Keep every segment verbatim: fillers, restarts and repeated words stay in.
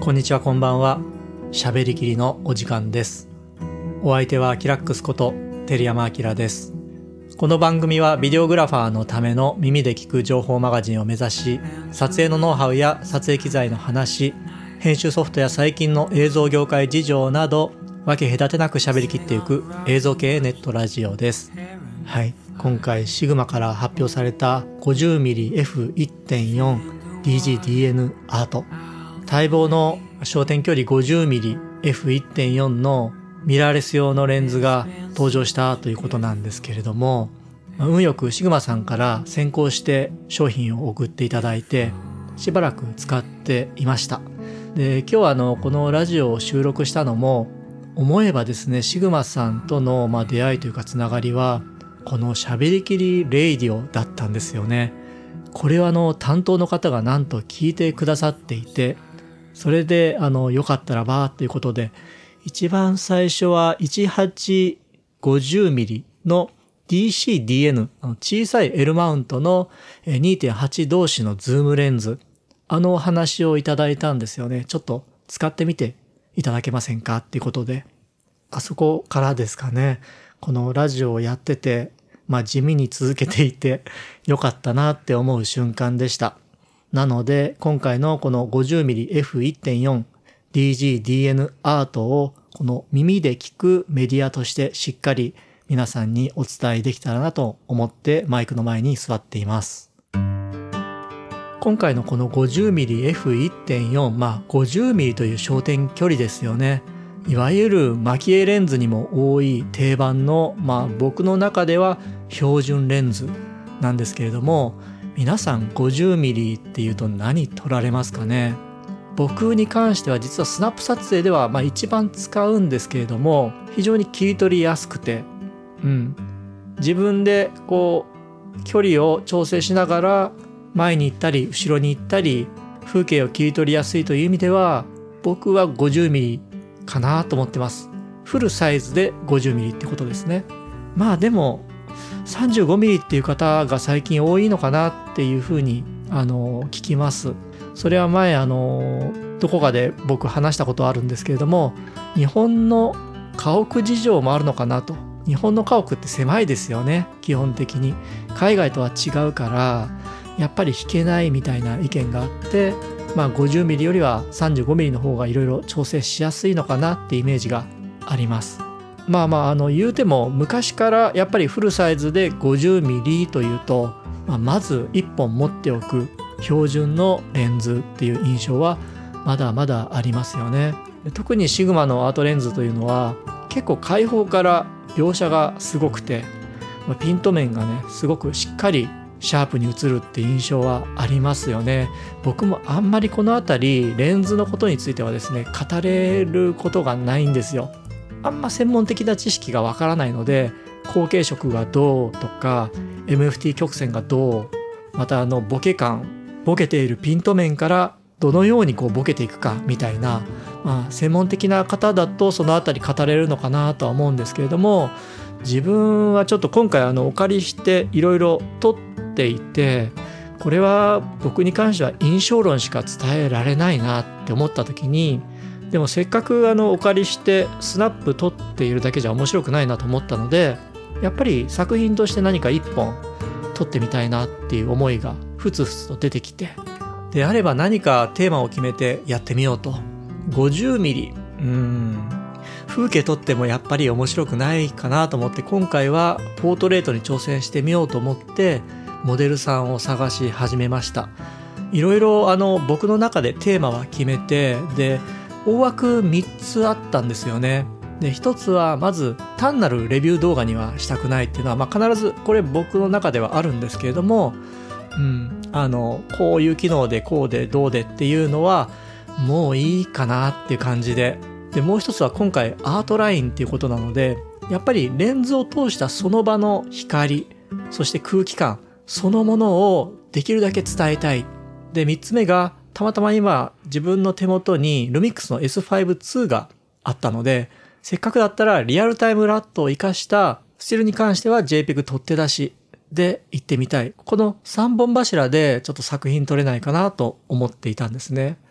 こんにちは、こんばんは。喋りきりのお時間です。お相手はキラックスこと照山明です。この番組はビデオグラファーのための耳で聞く情報マガジンを目指し、撮影のノウハウや撮影機材の話、編集ソフトや最近の映像業界事情など分け隔てなく喋りきっていく映像系ネットラジオです。はい、今回シグマから発表された ごじゅうミリエフいってんよんディージーディーエヌ アート、待望の焦点距離 ごじゅうミリエフいってんよん のミラーレス用のレンズが登場したということなんですけれども、運よくシグマさんから先行して商品を送っていただいてしばらく使っていました。で、今日はあのこのラジオを収録したのも思えばですね、シグマさんとのまあ出会いというかつながりはこの喋りきりレイディオだったんですよね。これはあの担当の方がなんと聞いてくださっていて、それであのよかったらばということで、一番最初はじゅうはちごじゅうミリの ディーシーディーエヌ、小さい L マウントの にてんはち 同士のズームレンズ、あのお話をいただいたんですよね。ちょっと使ってみていただけませんかっていうことで、あそこからですかね、このラジオをやってて、まあ地味に続けていてよかったなって思う瞬間でした。なので今回のこの ごじゅうミリエフいってんよんディージーディーエヌ アートをこの耳で聞くメディアとしてしっかり皆さんにお伝えできたらなと思ってマイクの前に座っています。今回のこの ごじゅうミリエフいってんよん、まあ ごじゅうミリ という焦点距離ですよね。いわゆるマキエレンズにも多い定番の、まあ僕の中では標準レンズなんですけれども、皆さん ごじゅうミリ っていうと何撮られますかね。僕に関しては実はスナップ撮影ではまあ一番使うんですけれども、非常に切り取りやすくて、うん、自分でこう距離を調整しながら前に行ったり後ろに行ったり風景を切り取りやすいという意味では僕は ごじゅうミリ かなと思ってます。フルサイズで ごじゅうミリ ってことですね。まあでもさんじゅうごミリ っていう方が最近多いのかなっていうふうにあの聞きます。それは前あのどこかで僕話したことあるんですけれども、日本の家屋事情もあるのかなと。日本の家屋って狭いですよね、基本的に。海外とは違うからやっぱり引けないみたいな意見があって、まあ ごじゅうミリ よりは さんじゅうごミリ の方がいろいろ調整しやすいのかなってイメージがあります。まあまああの言うても昔からやっぱりフルサイズで ごじゅうミリ というと、まあ、まずいっぽん持っておく標準のレンズっていう印象はまだまだありますよね。特にシグマのアートレンズというのは結構開放から描写がすごくて、ピント面がねすごくしっかりシャープに映るって印象はありますよね。僕もあんまりこのあたりレンズのことについてはですね語れることがないんですよ。あんま専門的な知識がわからないので、後継色がどうとか エムエフティー 曲線がどう、またあのボケ感、ボケているピント面からどのようにこうボケていくかみたいな、まあ、専門的な方だとそのあたり語れるのかなとは思うんですけれども、自分はちょっと今回あのお借りしていろいろ撮っていて、これは僕に関しては印象論しか伝えられないなって思った時に、でもせっかくあのお借りしてスナップ撮っているだけじゃ面白くないなと思ったので、やっぱり作品として何か一本撮ってみたいなっていう思いがふつふつと出てきて、であれば何かテーマを決めてやってみようと。 ごじゅうミリ、うーん風景撮ってもやっぱり面白くないかなと思って、今回はポートレートに挑戦してみようと思ってモデルさんを探し始めました。いろいろあの僕の中でテーマは決めて、で大枠みっつあったんですよね。でひとつはまず単なるレビュー動画にはしたくないっていうのは、まあ、必ずこれ僕の中ではあるんですけれども、うん、あのこういう機能でこうでどうでっていうのはもういいかなっていう感じで、でもう一つは今回アートラインっていうことなので、やっぱりレンズを通したその場の光、そして空気感そのものをできるだけ伝えたい。でみっつめがたまたま今自分の手元にルミックスの エスファイブツー があったので、せっかくだったらリアルタイムラットを活かしたスチールに関しては JPEG 取って出しで行ってみたい。このさんぼん柱でちょっと作品撮れないかなと思っていたんですね。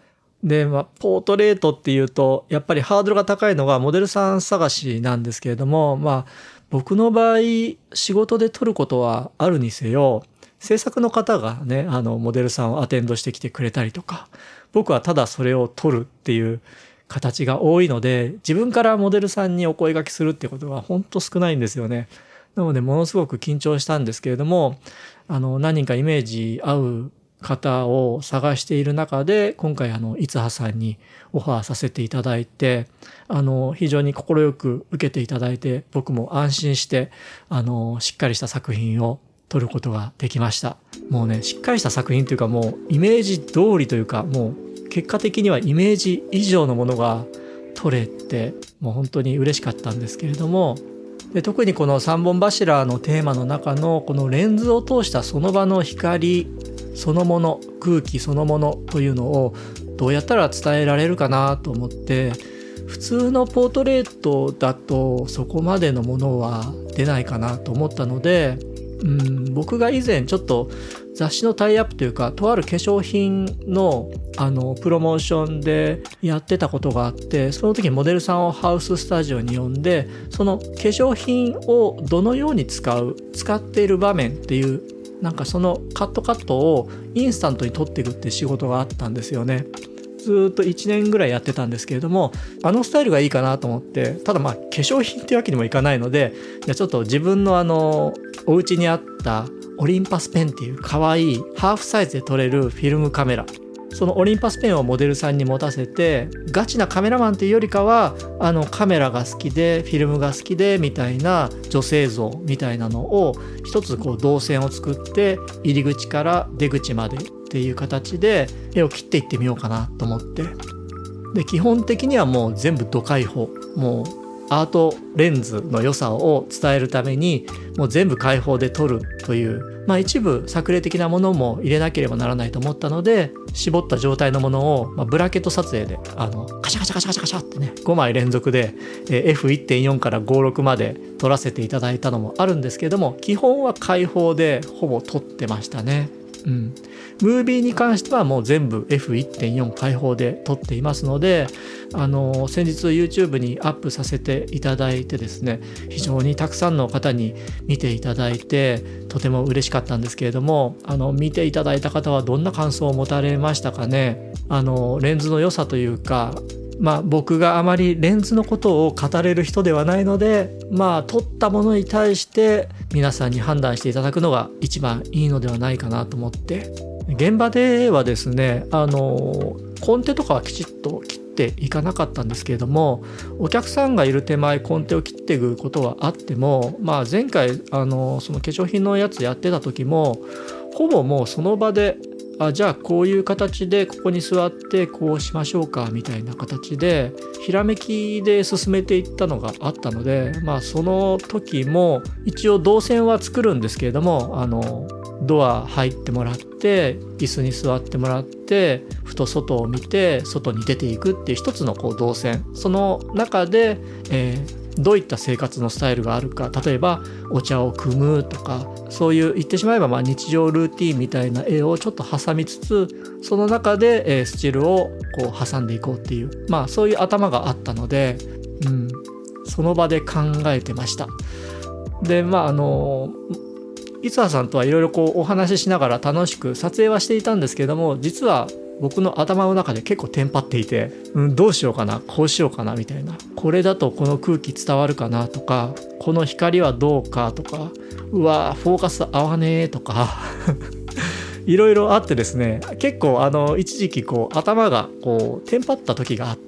で、まあ、ポートレートっていうとやっぱりハードルが高いのがモデルさん探しなんですけれども、まあ僕の場合仕事で撮ることはあるにせよ、制作の方がねあのモデルさんをアテンドしてきてくれたりとか、僕はただそれを撮るっていう形が多いので、自分からモデルさんにお声掛けするってことが本当少ないんですよね。なのでものすごく緊張したんですけれども、あの何人かイメージ合う方を探している中で、今回あのいつはさんにオファーさせていただいて、あの非常に快く受けていただいて、僕も安心してあのしっかりした作品を撮ることができました。もうね、しっかりした作品というか、もうイメージ通りというか、もう結果的にはイメージ以上のものが撮れて、もう本当に嬉しかったんですけれども、で特にこのさんぼん柱のテーマの中のこのレンズを通したその場の光そのもの、空気そのものというのをどうやったら伝えられるかなと思って、普通のポートレートだとそこまでのものは出ないかなと思ったので、うん、僕が以前ちょっと雑誌のタイアップというか、とある化粧品のあのプロモーションでやってたことがあって、その時モデルさんをハウススタジオに呼んで、その化粧品をどのように使う使っている場面っていう、なんかそのカットカットをインスタントに撮っていくって仕事があったんですよね。ずっといちねんぐらいやってたんですけれども、あのスタイルがいいかなと思って、ただまあ化粧品ってわけにもいかないので、じゃあちょっと自分のあのお家にあったオリンパスペンっていう可愛いハーフサイズで撮れるフィルムカメラ、そのオリンパスペンをモデルさんに持たせて、ガチなカメラマンっていうよりかはあのカメラが好きでフィルムが好きでみたいな女性像みたいなのを一つこう動線を作って、入り口から出口までっていう形で絵を切っていってみようかなと思って、で基本的にはもう全部ド開放、もうアートレンズの良さを伝えるためにもう全部開放で撮るという、まあ一部作例的なものも入れなければならないと思ったので、絞った状態のものを、まあ、ブラケット撮影であのカシャカシャカシャカシャカシャってねごまい連続で エフいってんよん からごじゅうろくまで撮らせていただいたのもあるんですけども、基本は開放でほぼ撮ってましたね。うん、ムービーに関してはもう全部 エフいってんよん 開放で撮っていますので、あの先日 YouTube にアップさせていただいてですね、非常にたくさんの方に見ていただいてとても嬉しかったんですけれども、あの見ていただいた方はどんな感想を持たれましたかね。あのレンズの良さというか、まあ僕があまりレンズのことを語れる人ではないので、まあ撮ったものに対して皆さんに判断していただくのが一番いいのではないかなと思って、現場ではですね、あのコンテとかはきちっと切っていかなかったんですけれども、お客さんがいる手前コンテを切っていくことはあっても、まあ前回あのその化粧品のやつやってた時もほぼもうその場で、あじゃあこういう形でここに座ってこうしましょうかみたいな形でひらめきで進めていったのがあったので、まあその時も一応動線は作るんですけれども、あのドア入ってもらって椅子に座ってもらってふと外を見て外に出ていくっていう一つのこう動線、その中で、えーどういった生活のスタイルがあるか、例えばお茶を汲むとか、そういう言ってしまえばまあ日常ルーティーンみたいな絵をちょっと挟みつつ、その中で、えー、スチールをこう挟んでいこうっていう、まあそういう頭があったので、うん、その場で考えてました。でまああのいつはさんとはいろいろこうお話ししながら楽しく撮影はしていたんですけども、実は僕の頭の中で結構テンパっていて、うん、どうしようかな、こうしようかなみたいな、これだとこの空気伝わるかなとか、この光はどうかとか、うわフォーカス合わねえとかいろいろあってですね、結構あの一時期こう頭がこうテンパった時があって、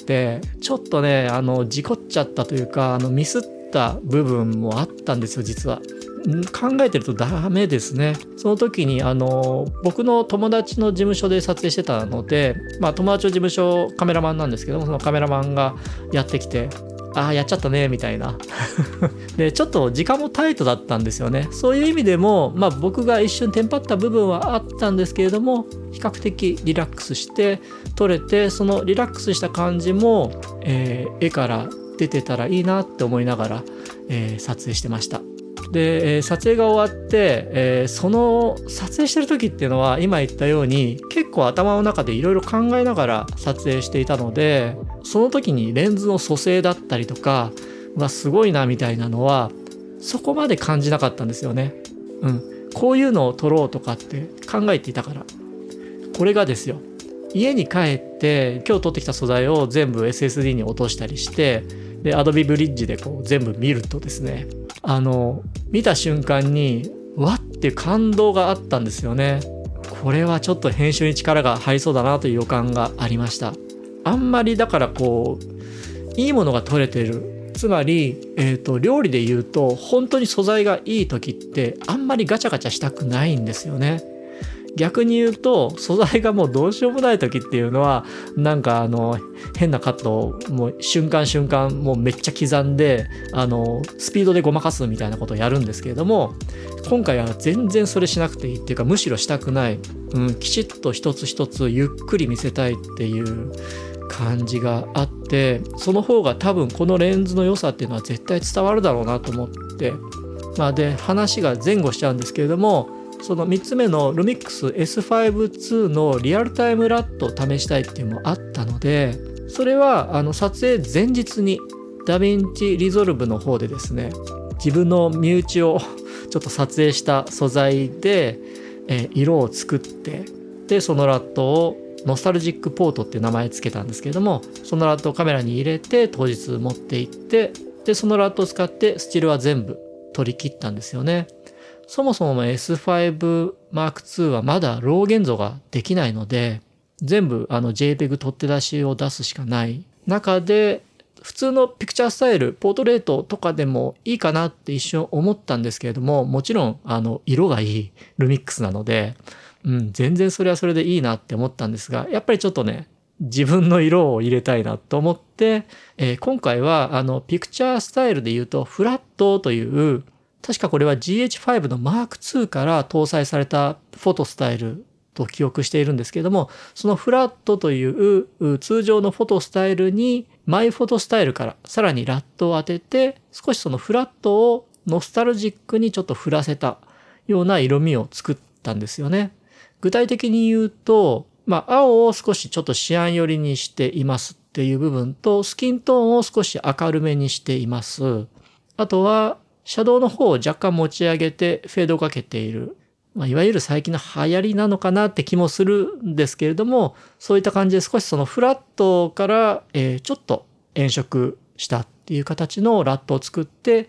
ちょっとねあの事故っちゃったというか、あのミスった部分もあったんですよ実は。考えてるとダメですね。その時にあの僕の友達の事務所で撮影してたので、まあ友達の事務所カメラマンなんですけども、そのカメラマンがやってきて、ああやっちゃったねみたいなでちょっと時間もタイトだったんですよね。そういう意味でも、まあ、僕が一瞬テンパった部分はあったんですけれども、比較的リラックスして撮れて、そのリラックスした感じも、えー、絵から出てたらいいなって思いながら、えー、撮影してました。で、えー、撮影が終わって、えー、その撮影してる時っていうのは今言ったように結構構頭の中でいろいろ考えながら撮影していたので、その時にレンズの組成だったりとかはすごいなみたいなのはそこまで感じなかったんですよね。うん、こういうのを撮ろうとかって考えていたから。これがですよ、家に帰って今日撮ってきた素材を全部 エスエスディー に落としたりして、で Adobe Bridge でこう全部見るとですね、あの見た瞬間にわっていう感動があったんですよね。これはちょっと編集に力が入りそうだなという予感がありました。あんまりだからこういいものが撮れてる、つまり、えーと、料理で言うと本当に素材がいい時ってあんまりガチャガチャしたくないんですよね。逆に言うと素材がもうどうしようもない時っていうのはなんかあの変なカットをもう瞬間瞬間もうめっちゃ刻んであのスピードでごまかすみたいなことをやるんですけれども、今回は全然それしなくていいっていうか、むしろしたくない、うん、きちっと一つ一つゆっくり見せたいっていう感じがあって、その方が多分このレンズの良さっていうのは絶対伝わるだろうなと思って、まあで話が前後しちゃうんですけれども、そのみっつめの ルミックス エスファイブツー のリアルタイムラットを試したいっていうのもあったので、それはあの撮影前日にダヴィンチリゾルブの方でですね、自分の身内をちょっと撮影した素材で、えー、色を作って、でそのラットをノスタルジックポートっていう名前つけたんですけれども、そのラットをカメラに入れて当日持って行って、でそのラットを使ってスチールは全部取り切ったんですよね。そもそも エスファイブマークツー はまだロー現像ができないので、全部あの JPEG 取って出しを出すしかない中で、普通のピクチャースタイル、ポートレートとかでもいいかなって一瞬思ったんですけれども、もちろんあの色がいいルミックスなので、うん、全然それはそれでいいなって思ったんですが、やっぱりちょっとね、自分の色を入れたいなと思って、えー、今回はあのピクチャースタイルで言うとフラットという、確かこれは ジーエイチファイブ のマークツー から搭載されたフォトスタイルと記憶しているんですけれども、そのフラットという通常のフォトスタイルにマイフォトスタイルからさらにラットを当てて、少しそのフラットをノスタルジックにちょっと振らせたような色味を作ったんですよね。具体的に言うと、まあ青を少しちょっとシアン寄りにしていますっていう部分と、スキントーンを少し明るめにしています。あとはシャドウの方を若干持ち上げてフェードをかけている。まあ、いわゆる最近の流行りなのかなって気もするんですけれども、そういった感じで少しそのフラットから、えー、ちょっと変色したっていう形のラットを作って、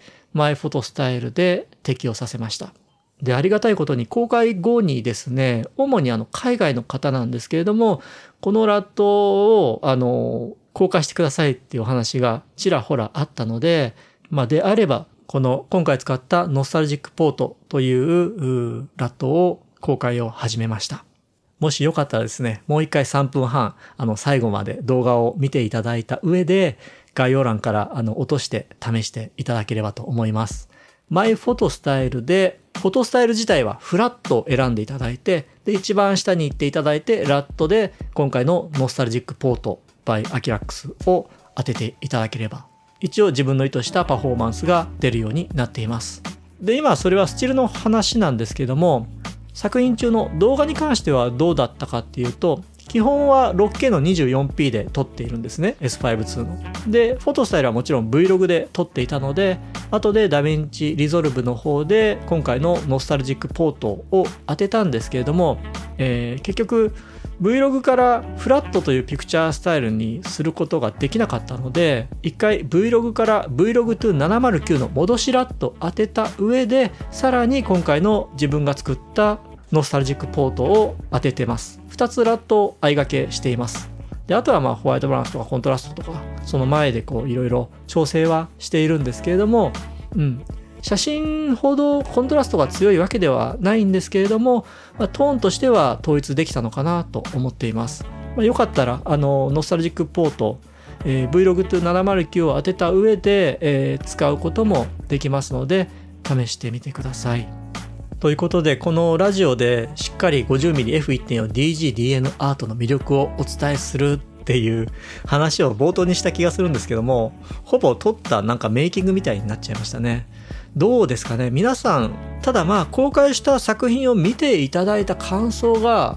マイフォトスタイルで適用させました。で、ありがたいことに公開後にですね、主にあの海外の方なんですけれども、このラットをあの公開してくださいっていうお話がちらほらあったので、まあであれば、この今回使ったノスタルジックポートというラットを公開を始めました。もしよかったらですね、もう一回さんぷんはん、あの最後まで動画を見ていただいた上で、概要欄からあの落として試していただければと思います。マイフォトスタイルで、フォトスタイル自体はフラットを選んでいただいて、で一番下に行っていただいて、ラットで今回のノスタルジックポート by アキラックスを当てていただければ、一応自分の意図したパフォーマンスが出るようになっています。で、今それはスチールの話なんですけども、作品中の動画に関してはどうだったかっていうと、基本は ろくケー の にじゅうよんピー で撮っているんですね、 エスファイブツー の。で、フォトスタイルはもちろん Vlog で撮っていたので、後でダヴィンチリゾルブの方で今回のノスタルジックポートを当てたんですけれども、えー、結局Vlog からフラットというピクチャースタイルにすることができなかったので、一回 Vlog から ブイログトゥななまるきゅう の戻しラット当てた上で、さらに今回の自分が作ったノスタルジックポートを当ててます。ふたつラットを相掛けしています。で、あとはまあホワイトバランスとかコントラストとか、その前でこういろいろ調整はしているんですけれども、うん。写真ほどコントラストが強いわけではないんですけれども、まあ、トーンとしては統一できたのかなと思っています。まあ、よかったらあのノスタルジックポート、えー、ブイログトゥななまるきゅう を当てた上で、えー、使うこともできますので試してみてください。ということで、このラジオでしっかり ごじゅうミリエフいってんよんディージーディーエヌ アートの魅力をお伝えするっていう話を冒頭にした気がするんですけども、ほぼ撮ったなんかメイキングみたいになっちゃいましたね。どうですかね皆さん。ただまあ公開した作品を見ていただいた感想が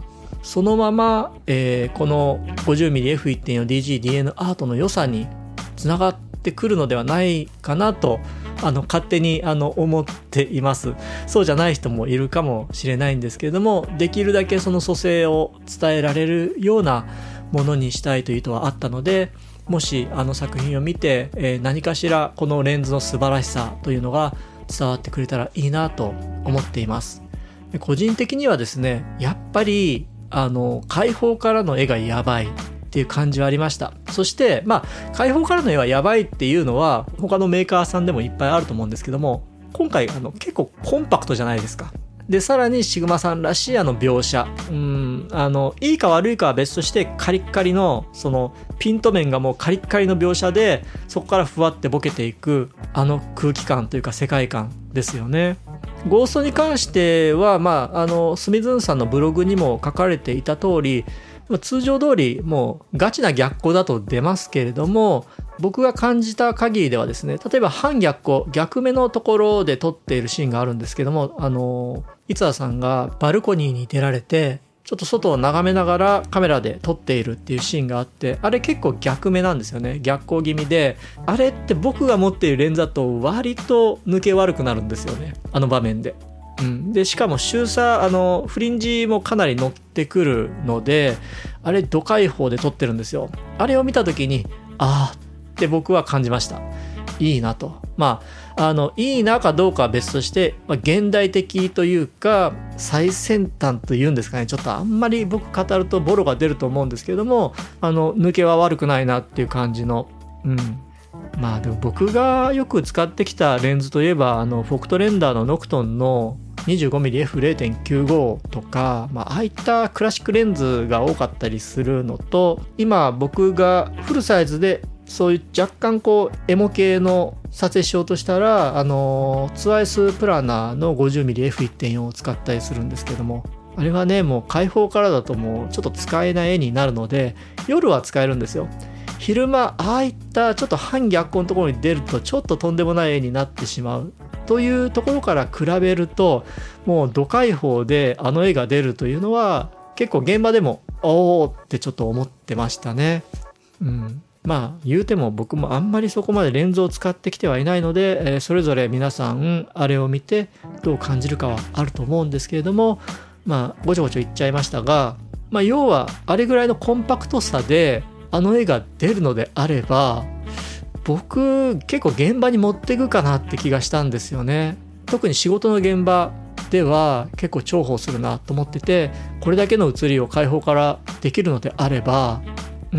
そのまま、えー、この ごじゅうミリエフいってんよんディージーディーエヌ アートの良さにつながってくるのではないかなとあの勝手にあの思っています。そうじゃない人もいるかもしれないんですけれども、できるだけその組成を伝えられるようなものにしたいという意図はあったので、もしあの作品を見て、えー、何かしらこのレンズの素晴らしさというのが伝わってくれたらいいなと思っています。で個人的にはですね、やっぱりあの開放からの絵がやばいっていう感じはありました。そしてまあ開放からの絵はやばいっていうのは他のメーカーさんでもいっぱいあると思うんですけども、今回あの結構コンパクトじゃないですか。でさらにシグマさんらしいあの描写、うーんあのいいか悪いかは別としてカリッカリのそのピント面がもうカリッカリの描写で、そこからふわってボケていくあの空気感というか世界観ですよね。ゴーストに関してはまああのスミズンさんのブログにも書かれていた通り、通常通りもうガチな逆光だと出ますけれども、僕が感じた限りではですね、例えば反逆光逆目のところで撮っているシーンがあるんですけども、あの逸田さんがバルコニーに出られてちょっと外を眺めながらカメラで撮っているっていうシーンがあって、あれ結構逆目なんですよね。逆光気味で、あれって僕が持っているレンズだと割と抜け悪くなるんですよね、あの場面で。うん、でしかも周差あのフリンジもかなり乗ってくるので、あれ度開放で撮ってるんですよ。あれを見た時にあーって僕は感じました。いいなと。まああのいいなかどうかは別として、まあ、現代的というか最先端というんですかね、ちょっとあんまり僕語るとボロが出ると思うんですけども、あの抜けは悪くないなっていう感じの、うんまあでも僕がよく使ってきたレンズといえばあのフォクトレンダーのノクトンの にじゅうごミリエフゼロてんきゅうご とか、まあ、ああいったクラシックレンズが多かったりするのと、今僕がフルサイズでそういう若干こうエモ系の撮影しようとしたら、あの ツーアイエス プラナーの ごじゅうミリエフいってんよん を使ったりするんですけども、あれはねもう開放からだともうちょっと使えない絵になるので、夜は使えるんですよ。昼間ああいったちょっと反逆光のところに出るとちょっととんでもない絵になってしまうというところから比べると、もう度開放であの絵が出るというのは結構現場でもおーってちょっと思ってましたね。うん、まあ言うても僕もあんまりそこまでレンズを使ってきてはいないので、えー、それぞれ皆さんあれを見てどう感じるかはあると思うんですけれども、まあごちょごちょ言っちゃいましたが、まあ要はあれぐらいのコンパクトさであの絵が出るのであれば、僕結構現場に持っていくかなって気がしたんですよね。特に仕事の現場では結構重宝するなと思ってて、これだけの写りを開放からできるのであれば、うん、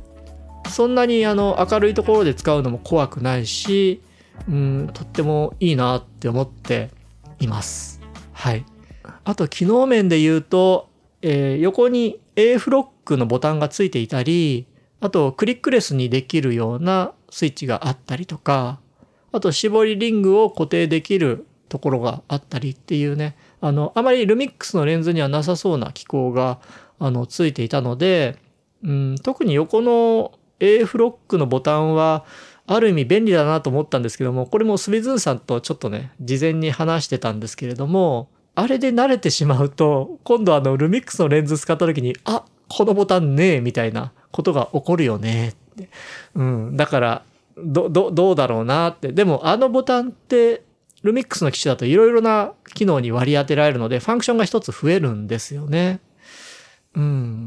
そんなにあの明るいところで使うのも怖くないし、うん、とってもいいなって思っています。はい。あと機能面で言うと、えー、横に A フロックのボタンがついていたり、あとクリックレスにできるようなスイッチがあったりとか、あと絞りリングを固定できるところがあったりっていうね、あのあまりルミックスのレンズにはなさそうな機構があのついていたので、うん、特に横の A フロックのボタンはある意味便利だなと思ったんですけども、これもスミズンさんとちょっとね事前に話してたんですけれども、あれで慣れてしまうと今度あのルミックスのレンズ使った時にあこのボタンねえみたいなことが起こるよねって、うん、だからどどどうだろうなって。でもあのボタンってルミックスの機種だといろいろな機能に割り当てられるのでファンクションが一つ増えるんですよね。うん。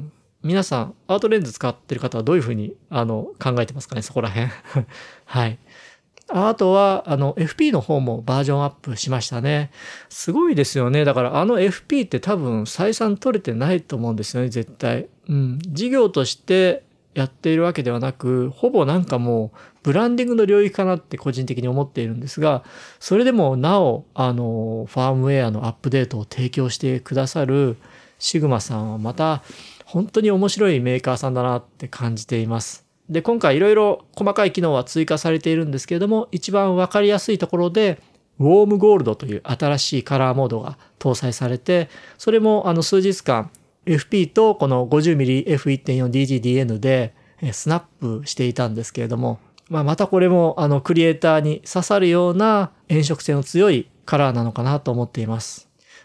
皆さんアートレンズ使ってる方はどういうふうにあの考えてますかね、そこら辺はい。あとはあの エフピー の方もバージョンアップしましたね。すごいですよね。だからあの エフピー って多分採算取れてないと思うんですよね、絶対。うん。事業としてやっているわけではなく、ほぼなんかもうブランディングの領域かなって個人的に思っているんですが、それでもなおあのファームウェアのアップデートを提供してくださるシグマさんはまた本当に面白いメーカーさんだなって感じています。で、今回いろいろ細かい機能は追加されているんですけれども、一番わかりやすいところでウォームゴールドという新しいカラーモードが搭載されて、それもあの数日間 エフピー とこの ごじゅうミリエフいってんよんディージーディーエヌ でスナップしていたんですけれども、まあ、またこれもあのクリエイターに刺さるような変色性の強いカラーなのかなと思っています。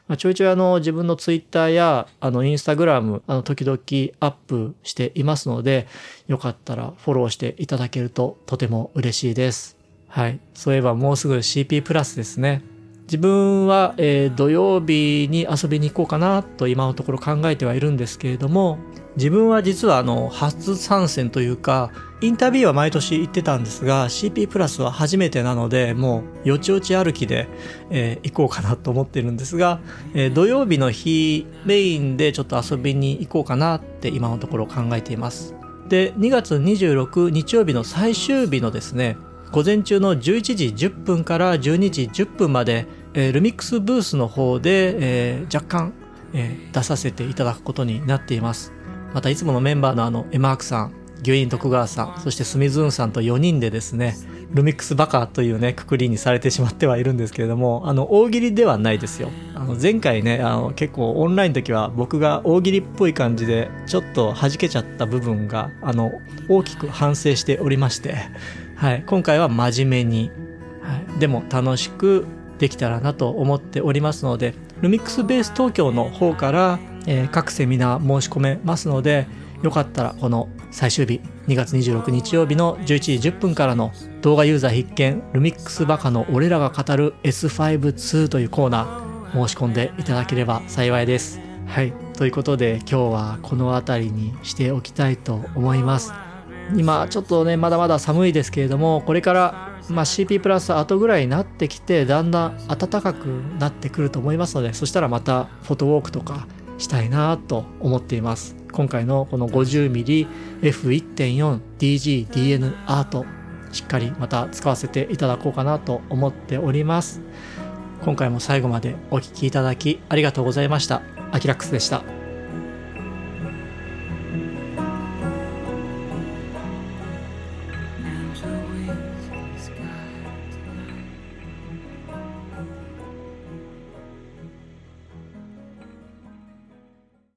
まあ、ちょいちょいあの自分のツイッターやあのインスタグラムあの時々アップしていますので、よかったらフォローしていただけるととても嬉しいです。はい。そういえばもうすぐ シーピー プラスですね。自分は、えー、土曜日に遊びに行こうかなと今のところ考えてはいるんですけれども、自分は実はあの初参戦というか、インタビューは毎年行ってたんですが シーピー プラスは初めてなので、もうよちよち歩きで、えー、行こうかなと思ってるんですが、えー、土曜日の日メインでちょっと遊びに行こうかなって今のところ考えています。で、にがつにじゅうろく日曜日の最終日のですね、午前中のじゅういちじじゅっぷんからじゅうにじじゅっぷんまで、えー、ルミックスブースの方で、えー、若干、えー、出させていただくことになっています。またいつものメンバーのあのエマークさん、ギュイン徳川さん、そしてスミズーンさんとよにんでですね、ルミックスバカというねくくりにされてしまってはいるんですけれども、あの大喜利ではないですよ。あの前回ね、あの結構オンラインの時は僕が大喜利っぽい感じでちょっと弾けちゃった部分があの大きく反省しておりまして、はい、今回は真面目に、はい、でも楽しくできたらなと思っておりますので、ルミックスベース東京の方から、えー、各セミナー申し込めますので、よかったらこの最終日にがつにじゅうろく日曜日のじゅういちじじゅっぷんからの動画ユーザー必見ルミックスバカの俺らが語る エスファイブツー というコーナー申し込んでいただければ幸いです。はい、ということで今日はこの辺りにしておきたいと思います。今ちょっとねまだまだ寒いですけれども、これからまあ シーピー プラス後ぐらいになってきてだんだん暖かくなってくると思いますので、そしたらまたフォトウォークとかしたいなと思っています。今回のこの ごじゅうミリエフいってんよんディージーディーエヌ アートしっかりまた使わせていただこうかなと思っております。今回も最後までお聞きいただきありがとうございました。アキラックスでした。